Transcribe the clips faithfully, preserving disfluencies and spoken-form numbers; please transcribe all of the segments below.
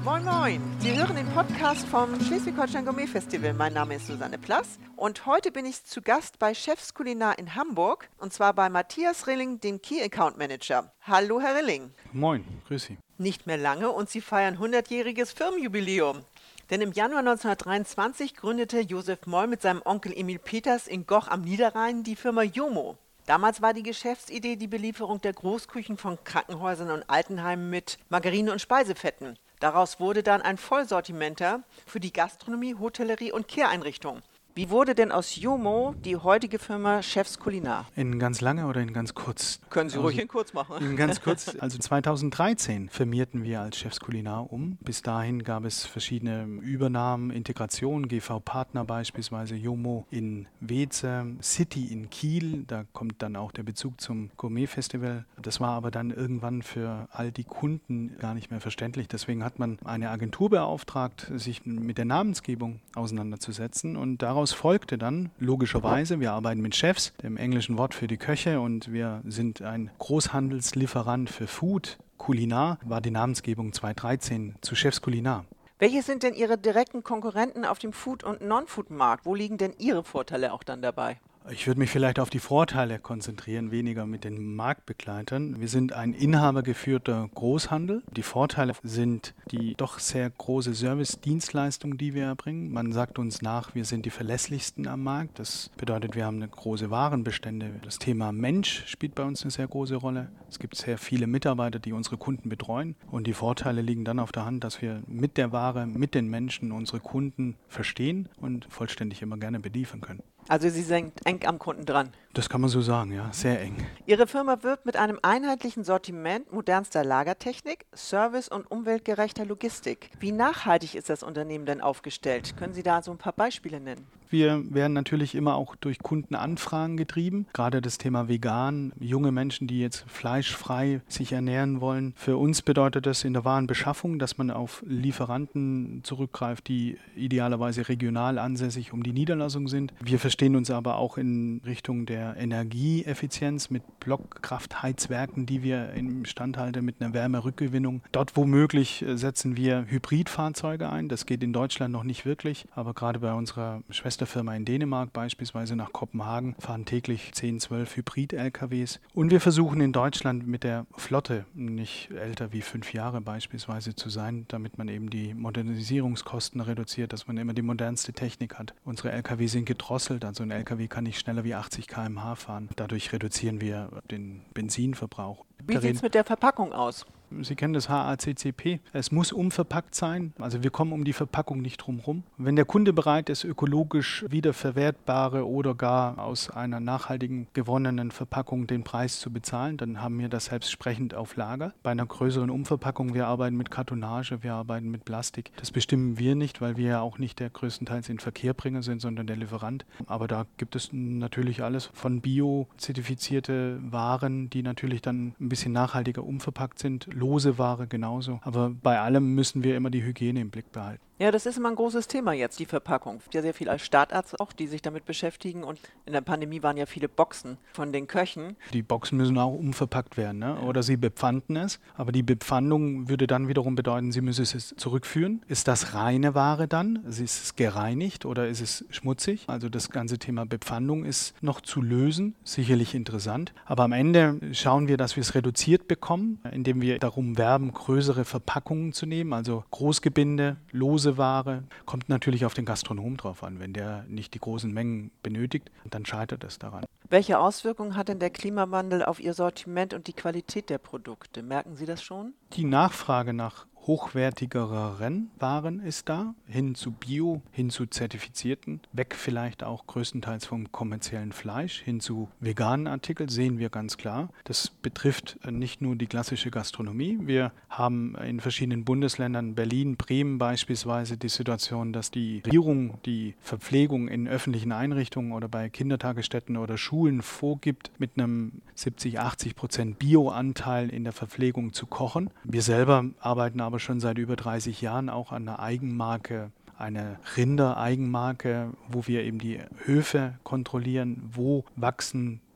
Moin Moin! Sie hören den Podcast vom Schleswig-Holstein Gourmet Festival. Mein Name ist Susanne Plass und heute bin ich zu Gast bei Chefs Culinar in Hamburg und zwar bei Matthias Rilling, dem Key Account Manager. Hallo Herr Rilling. Moin, grüß Sie. Nicht mehr lange und Sie feiern hundertjähriges Firmenjubiläum. Denn im Januar neunzehnhundertdreiundzwanzig gründete Josef Moll mit seinem Onkel Emil Peters in Goch am Niederrhein die Firma Jomo. Damals war die Geschäftsidee die Belieferung der Großküchen von Krankenhäusern und Altenheimen mit Margarine und Speisefetten. Daraus wurde dann ein Vollsortimenter für die Gastronomie, Hotellerie und Care-Einrichtungen. Wie wurde denn aus Jomo die heutige Firma Chefs Culinar? In ganz lange oder in ganz kurz? Können Sie also, ruhig in kurz machen. In ganz kurz. Also zweitausenddreizehn firmierten wir als Chefs Culinar um. Bis dahin gab es verschiedene Übernahmen, Integrationen, G V-Partner beispielsweise, Jomo in Weeze, City in Kiel. Da kommt dann auch der Bezug zum Gourmet-Festival. Das war aber dann irgendwann für all die Kunden gar nicht mehr verständlich. Deswegen hat man eine Agentur beauftragt, sich mit der Namensgebung auseinanderzusetzen und daraus folgte dann, logischerweise, wir arbeiten mit Chefs, dem englischen Wort für die Köche, und wir sind ein Großhandelslieferant für Food. Culinar war die Namensgebung zweitausenddreizehn zu Chefs Culinar. Welche sind denn Ihre direkten Konkurrenten auf dem Food- und Non-Food-Markt? Wo liegen denn Ihre Vorteile auch dann dabei? Ich würde mich vielleicht auf die Vorteile konzentrieren, weniger mit den Marktbegleitern. Wir sind ein inhabergeführter Großhandel. Die Vorteile sind die doch sehr große Service-Dienstleistung, die wir erbringen. Man sagt uns nach, wir sind die verlässlichsten am Markt. Das bedeutet, wir haben eine große Warenbestände. Das Thema Mensch spielt bei uns eine sehr große Rolle. Es gibt sehr viele Mitarbeiter, die unsere Kunden betreuen. Und die Vorteile liegen dann auf der Hand, dass wir mit der Ware, mit den Menschen unsere Kunden verstehen und vollständig immer gerne beliefern können. Also Sie sind eng am Kunden dran. Das kann man so sagen, ja, sehr eng. Ihre Firma wirbt mit einem einheitlichen Sortiment modernster Lagertechnik, Service und umweltgerechter Logistik. Wie nachhaltig ist das Unternehmen denn aufgestellt? Können Sie da so ein paar Beispiele nennen? Wir werden natürlich immer auch durch Kundenanfragen getrieben. Gerade das Thema vegan, junge Menschen, die jetzt fleischfrei sich ernähren wollen. Für uns bedeutet das in der Warenbeschaffung, dass man auf Lieferanten zurückgreift, die idealerweise regional ansässig um die Niederlassung sind. Wir verstehen uns aber auch in Richtung der Energieeffizienz mit Blockkraftheizwerken, die wir im Stand halten, mit einer Wärmerückgewinnung. Dort womöglich setzen wir Hybridfahrzeuge ein. Das geht in Deutschland noch nicht wirklich, aber gerade bei unserer Schwesterfirma in Dänemark, beispielsweise nach Kopenhagen, fahren täglich zehn, zwölf Hybrid-L K Ws. Und wir versuchen in Deutschland mit der Flotte nicht älter wie fünf Jahre beispielsweise zu sein, damit man eben die Modernisierungskosten reduziert, dass man immer die modernste Technik hat. Unsere L K W sind gedrosselt, also ein L K W kann nicht schneller wie achtzig Kilometer pro Stunde fahren. Dadurch reduzieren wir den Benzinverbrauch. Wie sieht es mit der Verpackung aus? Sie kennen das H A C C P. Es muss umverpackt sein. Also wir kommen um die Verpackung nicht drum rum. Wenn der Kunde bereit ist, ökologisch wiederverwertbare oder gar aus einer nachhaltigen gewonnenen Verpackung den Preis zu bezahlen, dann haben wir das selbstsprechend auf Lager. Bei einer größeren Umverpackung, wir arbeiten mit Kartonage, wir arbeiten mit Plastik. Das bestimmen wir nicht, weil wir ja auch nicht der größtenteils in Verkehrbringer sind, sondern der Lieferant. Aber da gibt es natürlich alles von bio-zertifizierte Waren, die natürlich dann ein bisschen nachhaltiger umverpackt sind. Lose Ware genauso. Aber bei allem müssen wir immer die Hygiene im Blick behalten. Ja, das ist immer ein großes Thema jetzt, die Verpackung. Es gibt ja sehr viel als Staatarzt auch, die sich damit beschäftigen. Und in der Pandemie waren ja viele Boxen von den Köchen. Die Boxen müssen auch umverpackt werden, ne? Oder sie bepfanden es. Aber die Bepfandung würde dann wiederum bedeuten, sie müssen es zurückführen. Ist das reine Ware dann? Also ist es gereinigt oder ist es schmutzig? Also das ganze Thema Bepfandung ist noch zu lösen. Sicherlich interessant. Aber am Ende schauen wir, dass wir es reduziert bekommen, indem wir darum werben, größere Verpackungen zu nehmen. Also Großgebinde, lose Ware, kommt natürlich auf den Gastronom drauf an. Wenn der nicht die großen Mengen benötigt, dann scheitert es daran. Welche Auswirkungen hat denn der Klimawandel auf Ihr Sortiment und die Qualität der Produkte? Merken Sie das schon? Die Nachfrage nach hochwertigeren Waren ist da, hin zu Bio, hin zu zertifizierten, weg vielleicht auch größtenteils vom kommerziellen Fleisch, hin zu veganen Artikeln, sehen wir ganz klar. Das betrifft nicht nur die klassische Gastronomie. Wir haben in verschiedenen Bundesländern, Berlin, Bremen beispielsweise, die Situation, dass die Regierung die Verpflegung in öffentlichen Einrichtungen oder bei Kindertagesstätten oder Schulen vorgibt, mit einem siebzig, achtzig Prozent Bio-Anteil in der Verpflegung zu kochen. Wir selber arbeiten aber schon seit über dreißig Jahren auch an einer Eigenmarke, eine Rinder-Eigenmarke, wo wir eben die Höfe kontrollieren, wo wachsen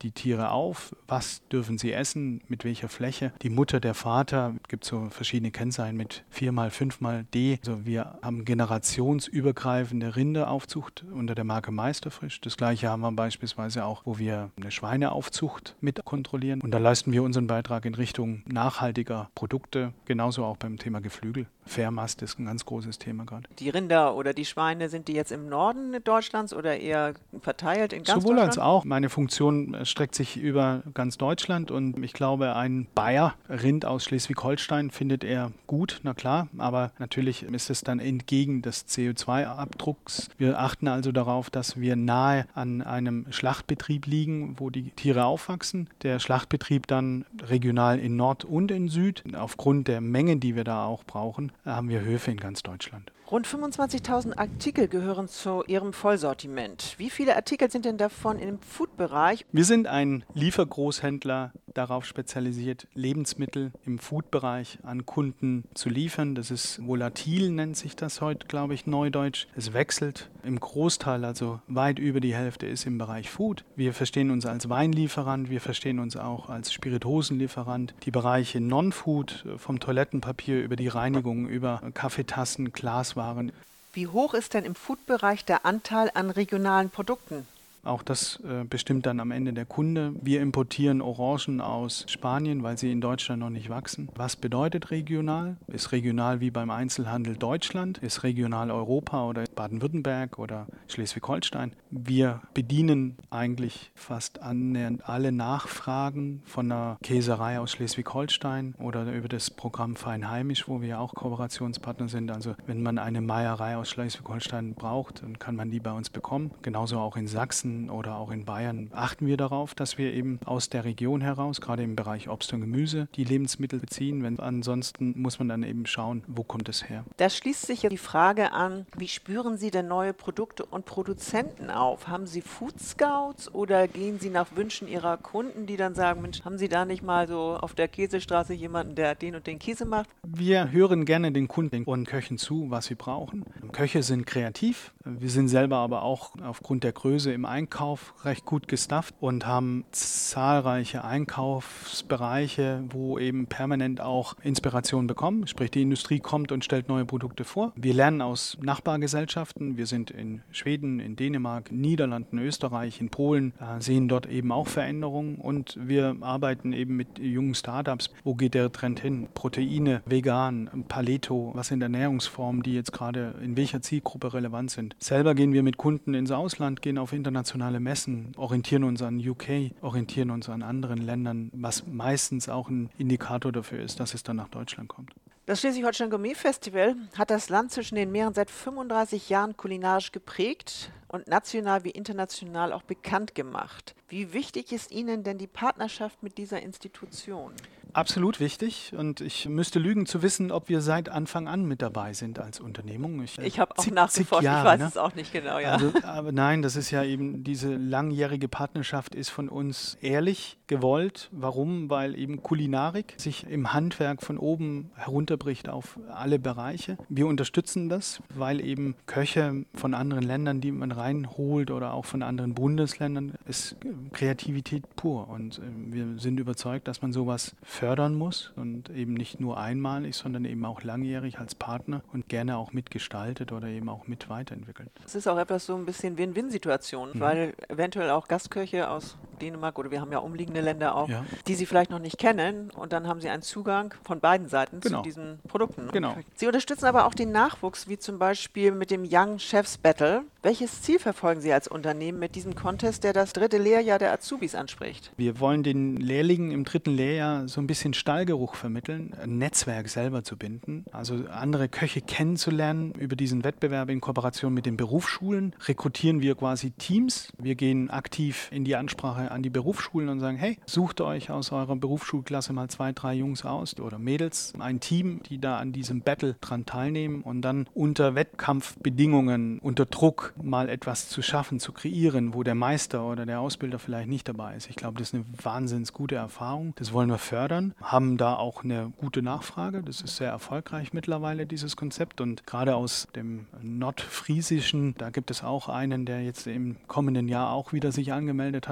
die Tiere auf, was dürfen sie essen, mit welcher Fläche. Die Mutter, der Vater, es gibt so verschiedene Kennzeichen mit viermal, fünfmal D. Also wir haben generationsübergreifende Rinderaufzucht unter der Marke Meisterfrisch. Das gleiche haben wir beispielsweise auch, wo wir eine Schweineaufzucht mit kontrollieren. Und da leisten wir unseren Beitrag in Richtung nachhaltiger Produkte, genauso auch beim Thema Geflügel. Fairmast ist ein ganz großes Thema gerade. Die Rinder oder die Schweine, sind die jetzt im Norden Deutschlands oder eher verteilt in ganz Sowohl Deutschland? als auch. Meine Funktion streckt sich über ganz Deutschland und ich glaube, ein Bayer-Rind aus Schleswig-Holstein findet er gut, na klar, aber natürlich ist es dann entgegen des C O zwei Abdrucks. Wir achten also darauf, dass wir nahe an einem Schlachtbetrieb liegen, wo die Tiere aufwachsen. Der Schlachtbetrieb dann regional in Nord und in Süd. Aufgrund der Mengen, die wir da auch brauchen, haben wir Höfe in ganz Deutschland. Rund fünfundzwanzigtausend Artikel gehören zu Ihrem Vollsortiment. Wie viele Artikel sind denn davon im Food-Bereich? Wir sind ein Liefergroßhändler, darauf spezialisiert, Lebensmittel im Food-Bereich an Kunden zu liefern. Das ist volatil, nennt sich das heute, glaube ich, neudeutsch. Es wechselt. Im Großteil, also weit über die Hälfte, ist im Bereich Food. Wir verstehen uns als Weinlieferant, wir verstehen uns auch als Spirituosenlieferant. Die Bereiche Non-Food, vom Toilettenpapier über die Reinigung, über Kaffeetassen, Glaswaren. Wie hoch ist denn im Food-Bereich der Anteil an regionalen Produkten? Auch das äh, bestimmt dann am Ende der Kunde. Wir importieren Orangen aus Spanien, weil sie in Deutschland noch nicht wachsen. Was bedeutet regional? Ist regional wie beim Einzelhandel Deutschland? Ist regional Europa oder Baden-Württemberg oder Schleswig-Holstein? Wir bedienen eigentlich fast annähernd alle Nachfragen von einer Käserei aus Schleswig-Holstein oder über das Programm Feinheimisch, wo wir auch Kooperationspartner sind. Also wenn man eine Meierei aus Schleswig-Holstein braucht, dann kann man die bei uns bekommen. Genauso auch in Sachsen oder auch in Bayern achten wir darauf, dass wir eben aus der Region heraus, gerade im Bereich Obst und Gemüse, die Lebensmittel beziehen. Wenn, ansonsten muss man dann eben schauen, wo kommt es her. Da schließt sich ja die Frage an, wie spüren Sie denn neue Produkte und Produzenten auf? Haben Sie Food Scouts oder gehen Sie nach Wünschen Ihrer Kunden, die dann sagen, Mensch, haben Sie da nicht mal so auf der Käsestraße jemanden, der den und den Käse macht? Wir hören gerne den Kunden und Köchen zu, was sie brauchen. Köche sind kreativ. Wir sind selber aber auch aufgrund der Größe im Einkauf recht gut gestafft und haben zahlreiche Einkaufsbereiche, wo eben permanent auch Inspiration bekommen. Sprich, die Industrie kommt und stellt neue Produkte vor. Wir lernen aus Nachbargesellschaften. Wir sind in Schweden, in Dänemark, Niederlanden, Österreich, in Polen, sehen dort eben auch Veränderungen und wir arbeiten eben mit jungen Startups. Wo geht der Trend hin? Proteine, vegan, Paleto, was sind Ernährungsformen, die jetzt gerade in welcher Zielgruppe relevant sind? Selber gehen wir mit Kunden ins Ausland, gehen auf internationale Messen, orientieren uns an U K, orientieren uns an anderen Ländern, was meistens auch ein Indikator dafür ist, dass es dann nach Deutschland kommt. Das Schleswig-Holstein Gourmet Festival hat das Land zwischen den Meeren seit fünfunddreißig Jahren kulinarisch geprägt und national wie international auch bekannt gemacht. Wie wichtig ist Ihnen denn die Partnerschaft mit dieser Institution? Absolut wichtig und ich müsste lügen zu wissen, ob wir seit Anfang an mit dabei sind als Unternehmung. Ich, ich habe auch zig, nachgeforscht, zig Jahre, ich weiß ne? es auch nicht genau. Ja. Also, aber nein, das ist ja eben, diese langjährige Partnerschaft ist von uns ehrlich gewollt. Warum? Weil eben Kulinarik sich im Handwerk von oben herunterbricht auf alle Bereiche. Wir unterstützen das, weil eben Köche von anderen Ländern, die man reinholt oder auch von anderen Bundesländern, ist Kreativität pur und wir sind überzeugt, dass man sowas fördern muss und eben nicht nur einmalig, sondern eben auch langjährig als Partner und gerne auch mitgestaltet oder eben auch mit weiterentwickelt. Es ist auch etwas so ein bisschen Win-Win-Situation, mhm. weil eventuell auch Gastköche aus Dänemark oder wir haben ja umliegende Länder auch, ja. die Sie vielleicht noch nicht kennen und dann haben Sie einen Zugang von beiden Seiten genau. zu diesen Produkten. Genau. Sie unterstützen aber auch den Nachwuchs, wie zum Beispiel mit dem Young Chefs Battle. Welches Ziel verfolgen Sie als Unternehmen mit diesem Contest, der das dritte Lehrjahr der Azubis anspricht? Wir wollen den Lehrlingen im dritten Lehrjahr so ein bisschen Stallgeruch vermitteln, ein Netzwerk selber zu binden, also andere Köche kennenzulernen. Über diesen Wettbewerb in Kooperation mit den Berufsschulen rekrutieren wir quasi Teams. Wir gehen aktiv in die Ansprache an die Berufsschulen und sagen, hey, sucht euch aus eurer Berufsschulklasse mal zwei, drei Jungs aus oder Mädels, ein Team, die da an diesem Battle dran teilnehmen und dann unter Wettkampfbedingungen, unter Druck mal etwas zu schaffen, zu kreieren, wo der Meister oder der Ausbilder vielleicht nicht dabei ist. Ich glaube, das ist eine wahnsinnig gute Erfahrung. Das wollen wir fördern, haben da auch eine gute Nachfrage. Das ist sehr erfolgreich mittlerweile, dieses Konzept. Und gerade aus dem Nordfriesischen, da gibt es auch einen, der jetzt im kommenden Jahr auch wieder sich angemeldet hat. Die gehen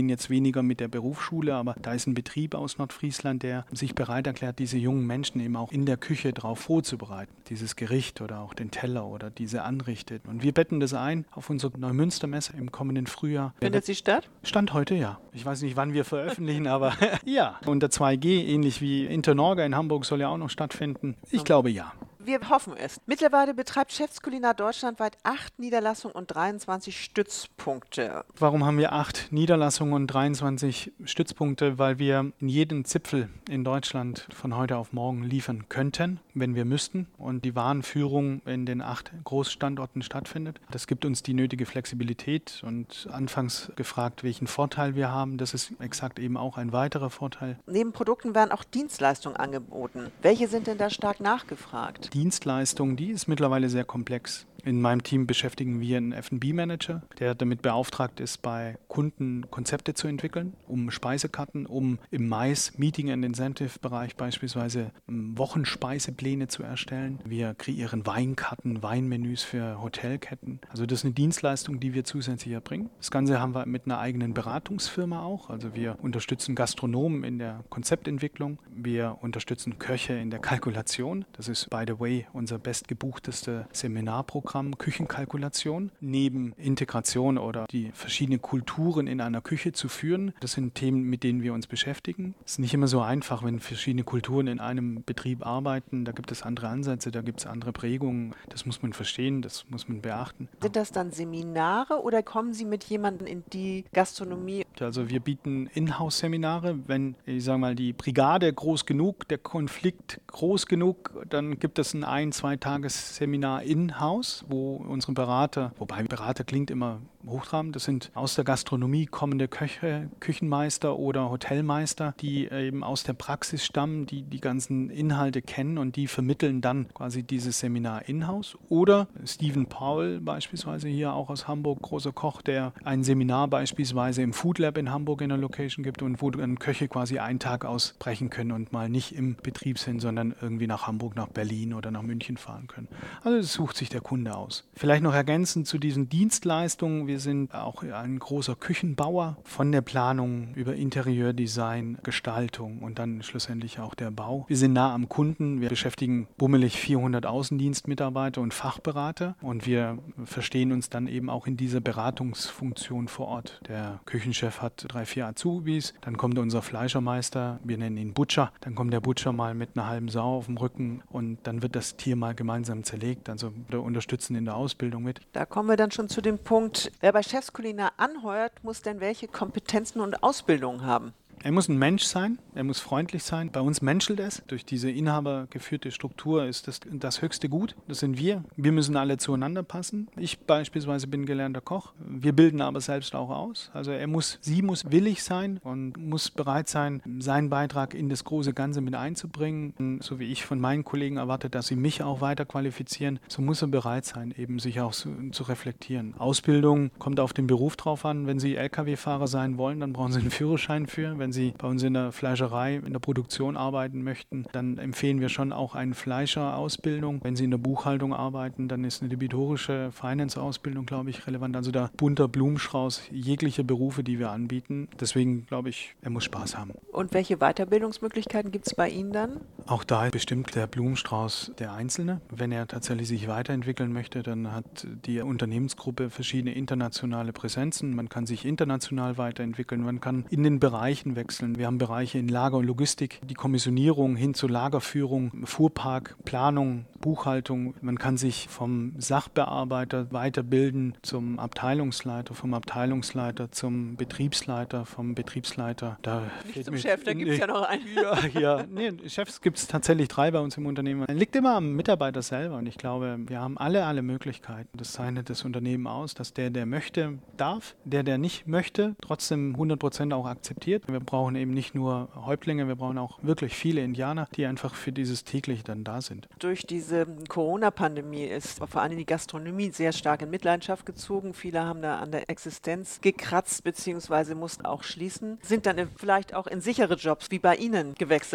gehen jetzt weniger mit der Berufsschule, aber da ist ein Betrieb aus Nordfriesland, der sich bereit erklärt, diese jungen Menschen eben auch in der Küche darauf vorzubereiten. Dieses Gericht oder auch den Teller oder diese anrichtet. Und wir betten das ein auf unsere Neumünstermesse im kommenden Frühjahr. Findet sie statt? Stand heute, ja. Ich weiß nicht, wann wir veröffentlichen, aber ja. Unter zwei G, ähnlich wie Internorga in Hamburg, soll ja auch noch stattfinden. Ich glaube, ja. Wir hoffen es. Mittlerweile betreibt Chefs Culinar deutschlandweit acht Niederlassungen und dreiundzwanzig Stützpunkte. Warum haben wir acht Niederlassungen und dreiundzwanzig Stützpunkte? Weil wir in jeden Zipfel in Deutschland von heute auf morgen liefern könnten, wenn wir müssten. Und die Warenführung in den acht Großstandorten stattfindet. Das gibt uns die nötige Flexibilität. Und anfangs gefragt, welchen Vorteil wir haben. Das ist exakt eben auch ein weiterer Vorteil. Neben Produkten werden auch Dienstleistungen angeboten. Welche sind denn da stark nachgefragt? Dienstleistung, die ist mittlerweile sehr komplex. In meinem Team beschäftigen wir einen F und B-Manager, der damit beauftragt ist, bei Kunden Konzepte zu entwickeln, um Speisekarten, um im Mais, Meeting and Incentive-Bereich beispielsweise Wochenspeisepläne zu erstellen. Wir kreieren Weinkarten, Weinmenüs für Hotelketten. Also das ist eine Dienstleistung, die wir zusätzlich erbringen. Das Ganze haben wir mit einer eigenen Beratungsfirma auch. Also wir unterstützen Gastronomen in der Konzeptentwicklung. Wir unterstützen Köche in der Kalkulation. Das ist, by the way, unser bestgebuchteste Seminarprogramm. Küchenkalkulation, neben Integration oder die verschiedenen Kulturen in einer Küche zu führen. Das sind Themen, mit denen wir uns beschäftigen. Es ist nicht immer so einfach, wenn verschiedene Kulturen in einem Betrieb arbeiten. Da gibt es andere Ansätze, da gibt es andere Prägungen. Das muss man verstehen, das muss man beachten. Sind das dann Seminare oder kommen Sie mit jemandem in die Gastronomie? Also wir bieten Inhouse-Seminare. Wenn, ich sage mal, die Brigade groß genug, der Konflikt groß genug, dann gibt es ein ein-, zwei-Tages-Seminar in-house, wo unsere Berater, wobei Berater klingt immer hochtrabend, das sind aus der Gastronomie kommende Köche, Küchenmeister oder Hotelmeister, die eben aus der Praxis stammen, die die ganzen Inhalte kennen und die vermitteln dann quasi dieses Seminar in-house. Oder Steven Paul beispielsweise hier auch aus Hamburg, großer Koch, der ein Seminar beispielsweise im Food Lab in Hamburg in der Location gibt und wo dann Köche quasi einen Tag ausbrechen können und mal nicht im Betrieb sind, sondern irgendwie nach Hamburg, nach Berlin oder nach München fahren können. Also das sucht sich der Kunde aus. Vielleicht noch ergänzend zu diesen Dienstleistungen. Wir sind auch ein großer Küchenbauer, von der Planung über Interieurdesign, Gestaltung und dann schlussendlich auch der Bau. Wir sind nah am Kunden. Wir beschäftigen bummelig vierhundert Außendienstmitarbeiter und Fachberater und wir verstehen uns dann eben auch in dieser Beratungsfunktion vor Ort. Der Küchenchef hat drei, vier Azubis, dann kommt unser Fleischermeister, wir nennen ihn Butcher, dann kommt der Butcher mal mit einer halben Sau auf dem Rücken und dann wird das Tier mal gemeinsam zerlegt. Also wir unterstützen in der Ausbildung mit. Da kommen wir dann schon zu dem Punkt, wer bei Chefs Culinar anheuert, muss denn welche Kompetenzen und Ausbildungen haben? Er muss ein Mensch sein, er muss freundlich sein. Bei uns menschelt es. Durch diese inhabergeführte Struktur ist das das höchste Gut. Das sind wir. Wir müssen alle zueinander passen. Ich beispielsweise bin gelernter Koch. Wir bilden aber selbst auch aus. Also er muss, sie muss willig sein und muss bereit sein, seinen Beitrag in das große Ganze mit einzubringen. So wie ich von meinen Kollegen erwarte, dass sie mich auch weiter qualifizieren, so muss er bereit sein, eben sich auch zu, zu reflektieren. Ausbildung kommt auf den Beruf drauf an. Wenn Sie L K W-Fahrer sein wollen, dann brauchen Sie einen Führerschein für. Wenn Sie bei uns in der Fleischerei, in der Produktion arbeiten möchten, dann empfehlen wir schon auch eine Fleischerausbildung. Wenn Sie in der Buchhaltung arbeiten, dann ist eine debitorische Finance-Ausbildung, glaube ich, relevant. Also der bunter Blumenstrauß jeglicher Berufe, die wir anbieten. Deswegen glaube ich, er muss Spaß haben. Und welche Weiterbildungsmöglichkeiten gibt es bei Ihnen dann? Auch da bestimmt der Blumenstrauß der Einzelne. Wenn er tatsächlich sich weiterentwickeln möchte, dann hat die Unternehmensgruppe verschiedene internationale Präsenzen. Man kann sich international weiterentwickeln, man kann in den Bereichen wechseln. Wir haben Bereiche in Lager und Logistik, die Kommissionierung hin zur Lagerführung, Fuhrpark, Planung, Buchhaltung. Man kann sich vom Sachbearbeiter weiterbilden zum Abteilungsleiter, vom Abteilungsleiter zum Betriebsleiter, vom Betriebsleiter. Da Nicht zum Chef, da gibt es ja noch einen. Ja, ja. Nee, Chefs gibt es tatsächlich drei bei uns im Unternehmen. Liegt immer am Mitarbeiter selber und ich glaube, wir haben alle, alle Möglichkeiten. Das zeichnet das Unternehmen aus, dass der, der möchte, darf, der, der nicht möchte, trotzdem hundert Prozent auch akzeptiert. Wir brauchen eben nicht nur Häuptlinge, wir brauchen auch wirklich viele Indianer, die einfach für dieses täglich dann da sind. Durch diese Corona-Pandemie ist vor allem die Gastronomie sehr stark in Mitleidenschaft gezogen. Viele haben da an der Existenz gekratzt bzw. mussten auch schließen. Sind dann vielleicht auch in sichere Jobs wie bei Ihnen gewechselt?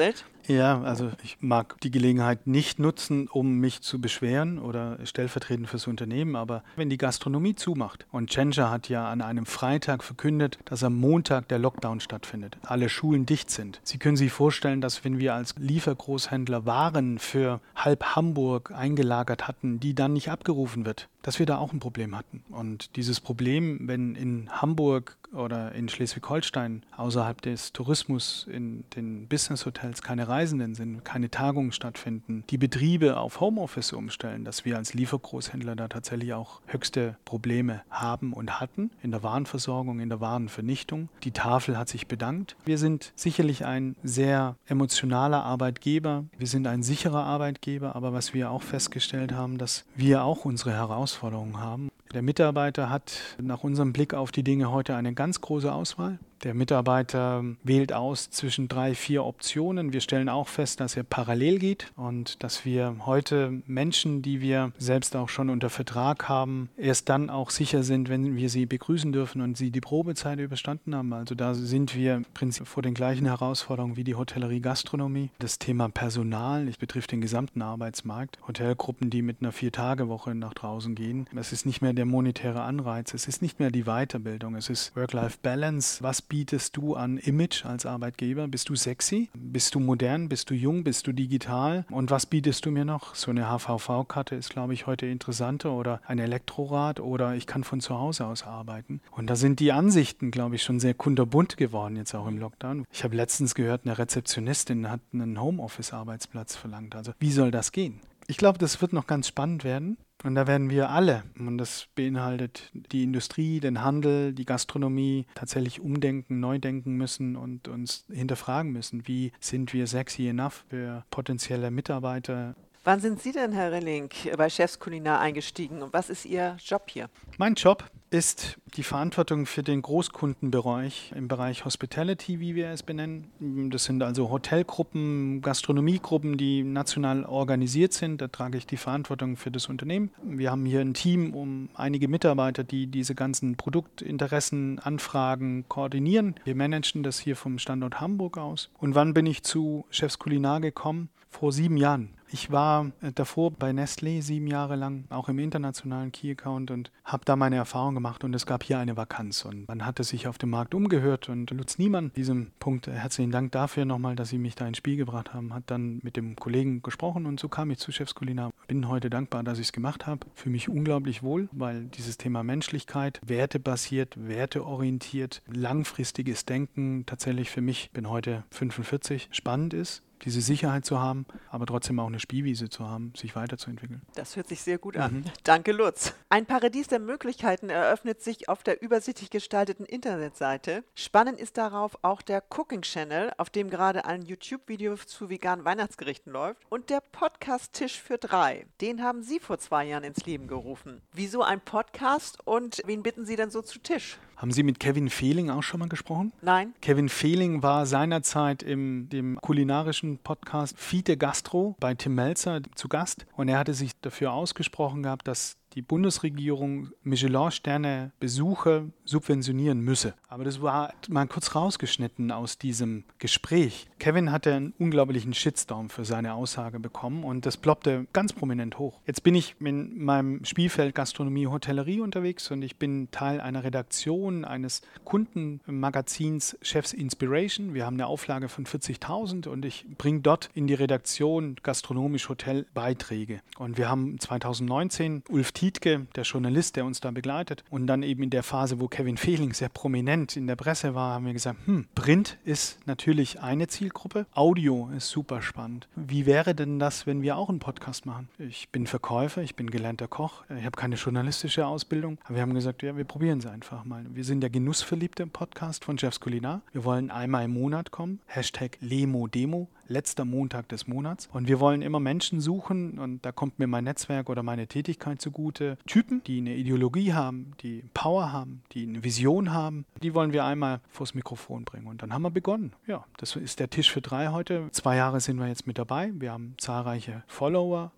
Ja, also ich mag die Gelegenheit nicht nutzen, um mich zu beschweren oder stellvertretend fürs Unternehmen, aber wenn die Gastronomie zumacht und Tschentscher hat ja an einem Freitag verkündet, dass am Montag der Lockdown stattfindet, alle Schulen dicht sind. Sie können sich vorstellen, dass wenn wir als Liefergroßhändler Waren für halb Hamburg eingelagert hatten, die dann nicht abgerufen wird, dass wir da auch ein Problem hatten. Und dieses Problem, wenn in Hamburg oder in Schleswig-Holstein außerhalb des Tourismus in den Business-Hotels keine Reisenden sind, keine Tagungen stattfinden, die Betriebe auf Homeoffice umstellen, dass wir als Liefergroßhändler da tatsächlich auch höchste Probleme haben und hatten in der Warenversorgung, in der Warenvernichtung. Die Tafel hat sich bedankt. Wir sind sicherlich ein sehr emotionaler Arbeitgeber. Wir sind ein sicherer Arbeitgeber, aber was wir auch festgestellt haben, dass wir auch unsere Herausforderungen haben. Der Mitarbeiter hat nach unserem Blick auf die Dinge heute eine ganz große Auswahl. Der Mitarbeiter wählt aus zwischen drei, vier Optionen. Wir stellen auch fest, dass er parallel geht und dass wir heute Menschen, die wir selbst auch schon unter Vertrag haben, erst dann auch sicher sind, wenn wir sie begrüßen dürfen und sie die Probezeit überstanden haben. Also da sind wir im Prinzip vor den gleichen Herausforderungen wie die Hotellerie, Gastronomie. Das Thema Personal, es betrifft den gesamten Arbeitsmarkt. Hotelgruppen, die mit einer Vier-Tage-Woche nach draußen gehen. Es ist nicht mehr der monetäre Anreiz, es ist nicht mehr die Weiterbildung, es ist Work-Life-Balance. Was bietest du an Image als Arbeitgeber? Bist du sexy? Bist du modern? Bist du jung? Bist du digital? Und was bietest du mir noch? So eine H V V-Karte ist, glaube ich, heute interessanter oder ein Elektrorad oder ich kann von zu Hause aus arbeiten. Und da sind die Ansichten, glaube ich, schon sehr kunterbunt geworden, jetzt auch im Lockdown. Ich habe letztens gehört, eine Rezeptionistin hat einen Homeoffice-Arbeitsplatz verlangt. Also wie soll das gehen? Ich glaube, das wird noch ganz spannend werden. Und da werden wir alle, und das beinhaltet die Industrie, den Handel, die Gastronomie, tatsächlich umdenken, neu denken müssen und uns hinterfragen müssen, wie sind wir sexy enough für potenzielle Mitarbeiter. Wann sind Sie denn, Herr Rilling, bei Chefs Culinar eingestiegen und was ist Ihr Job hier? Mein Job ist die Verantwortung für den Großkundenbereich im Bereich Hospitality, wie wir es benennen. Das sind also Hotelgruppen, Gastronomiegruppen, die national organisiert sind. Da trage ich die Verantwortung für das Unternehmen. Wir haben hier ein Team um einige Mitarbeiter, die diese ganzen Produktinteressen, Anfragen koordinieren. Wir managen das hier vom Standort Hamburg aus. Und wann bin ich zu Chefs Culinar gekommen? Vor sieben Jahren. Ich war davor bei Nestlé sieben Jahre lang, auch im internationalen Key-Account und habe da meine Erfahrung gemacht und es gab hier eine Vakanz und man hatte sich auf dem Markt umgehört und Lutz Niemann, diesem Punkt, herzlichen Dank dafür nochmal, dass Sie mich da ins Spiel gebracht haben, hat dann mit dem Kollegen gesprochen und so kam ich zu Chefs Culinar. Bin heute dankbar, dass ich es gemacht habe, fühle mich unglaublich wohl, weil dieses Thema Menschlichkeit, wertebasiert, werteorientiert, langfristiges Denken tatsächlich für mich, bin heute fünfundvierzig, spannend ist. Diese Sicherheit zu haben, aber trotzdem auch eine Spielwiese zu haben, sich weiterzuentwickeln. Das hört sich sehr gut an. Mhm. Danke, Lutz. Ein Paradies der Möglichkeiten eröffnet sich auf der übersichtlich gestalteten Internetseite. Spannend ist darauf auch der Cooking Channel, auf dem gerade ein YouTube-Video zu veganen Weihnachtsgerichten läuft und der Podcast Tisch für drei. Den haben Sie vor zwei Jahren ins Leben gerufen. Wieso ein Podcast und wen bitten Sie denn so zu Tisch? Haben Sie mit Kevin Fehling auch schon mal gesprochen? Nein. Kevin Fehling war seinerzeit im dem kulinarischen Podcast Fite Gastro bei Tim Melzer zu Gast und er hatte sich dafür ausgesprochen gehabt, dass die Bundesregierung Michelin-Sterne-Besuche subventionieren müsse. Aber das war mal kurz rausgeschnitten aus diesem Gespräch. Kevin hatte einen unglaublichen Shitstorm für seine Aussage bekommen und das ploppte ganz prominent hoch. Jetzt bin ich in meinem Spielfeld Gastronomie, Hotellerie unterwegs und ich bin Teil einer Redaktion eines Kundenmagazins Chefs Inspiration. Wir haben eine Auflage von vierzigtausend und ich bringe dort in die Redaktion gastronomisch Hotel Beiträge. Und wir haben zweitausendneunzehn Ulf Tietke, der Journalist, der uns da begleitet. Und dann eben in der Phase, wo Kevin Fehling sehr prominent in der Presse war, haben wir gesagt, hm, Print ist natürlich eine Zielgruppe, Audio ist super spannend. Wie wäre denn das, wenn wir auch einen Podcast machen? Ich bin Verkäufer, ich bin gelernter Koch, ich habe keine journalistische Ausbildung, aber wir haben gesagt, ja, wir probieren es einfach mal. Wir sind der genussverliebte Podcast von Chefs Culinar. Wir wollen einmal im Monat kommen, Hashtag LemoDemo, letzter Montag des Monats. Und wir wollen immer Menschen suchen, und da kommt mir mein Netzwerk oder meine Tätigkeit zugute, Typen, die eine Ideologie haben, die Power haben, die eine Vision haben, die wollen wir einmal vors Mikrofon bringen. Und dann haben wir begonnen. Ja, das ist der Tisch für drei heute. Zwei Jahre sind wir jetzt mit dabei. Wir haben zahlreiche Follower,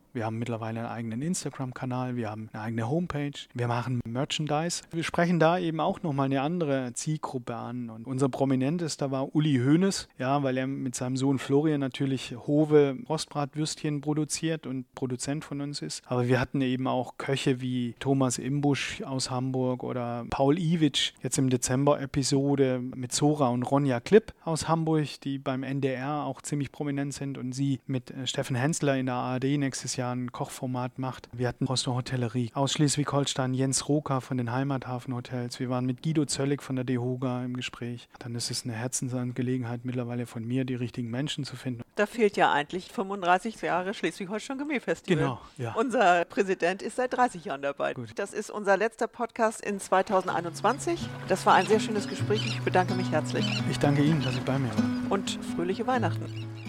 Wir haben mittlerweile einen eigenen Instagram-Kanal, wir haben eine eigene Homepage, wir machen Merchandise. Wir sprechen da eben auch nochmal eine andere Zielgruppe an. Und unser Prominentester war Uli Hoeneß, ja, weil er mit seinem Sohn Florian natürlich Howe Rostbratwürstchen produziert und Produzent von uns ist. Aber wir hatten eben auch Köche wie Thomas Imbusch aus Hamburg oder Paul Iwitsch, jetzt im Dezember-Episode mit Zora und Ronja Klipp aus Hamburg, die beim N D R auch ziemlich prominent sind und sie mit Steffen Hensler in der A R D nächstes Jahr ein Kochformat macht. Wir hatten aus der Hotellerie aus Schleswig-Holstein Jens Roka von den Heimathafenhotels. Wir waren mit Guido Zöllig von der DEHOGA im Gespräch. Dann ist es eine Herzensangelegenheit mittlerweile von mir, die richtigen Menschen zu finden. Da fehlt ja eigentlich fünfunddreißig Jahre Schleswig-Holstein Gourmet-Festival. Genau, ja. Unser Präsident ist seit dreißig Jahren dabei. Gut. Das ist unser letzter Podcast in zweitausendeinundzwanzig. Das war ein sehr schönes Gespräch. Ich bedanke mich herzlich. Ich danke Ihnen, dass Sie bei mir waren. Und fröhliche Weihnachten.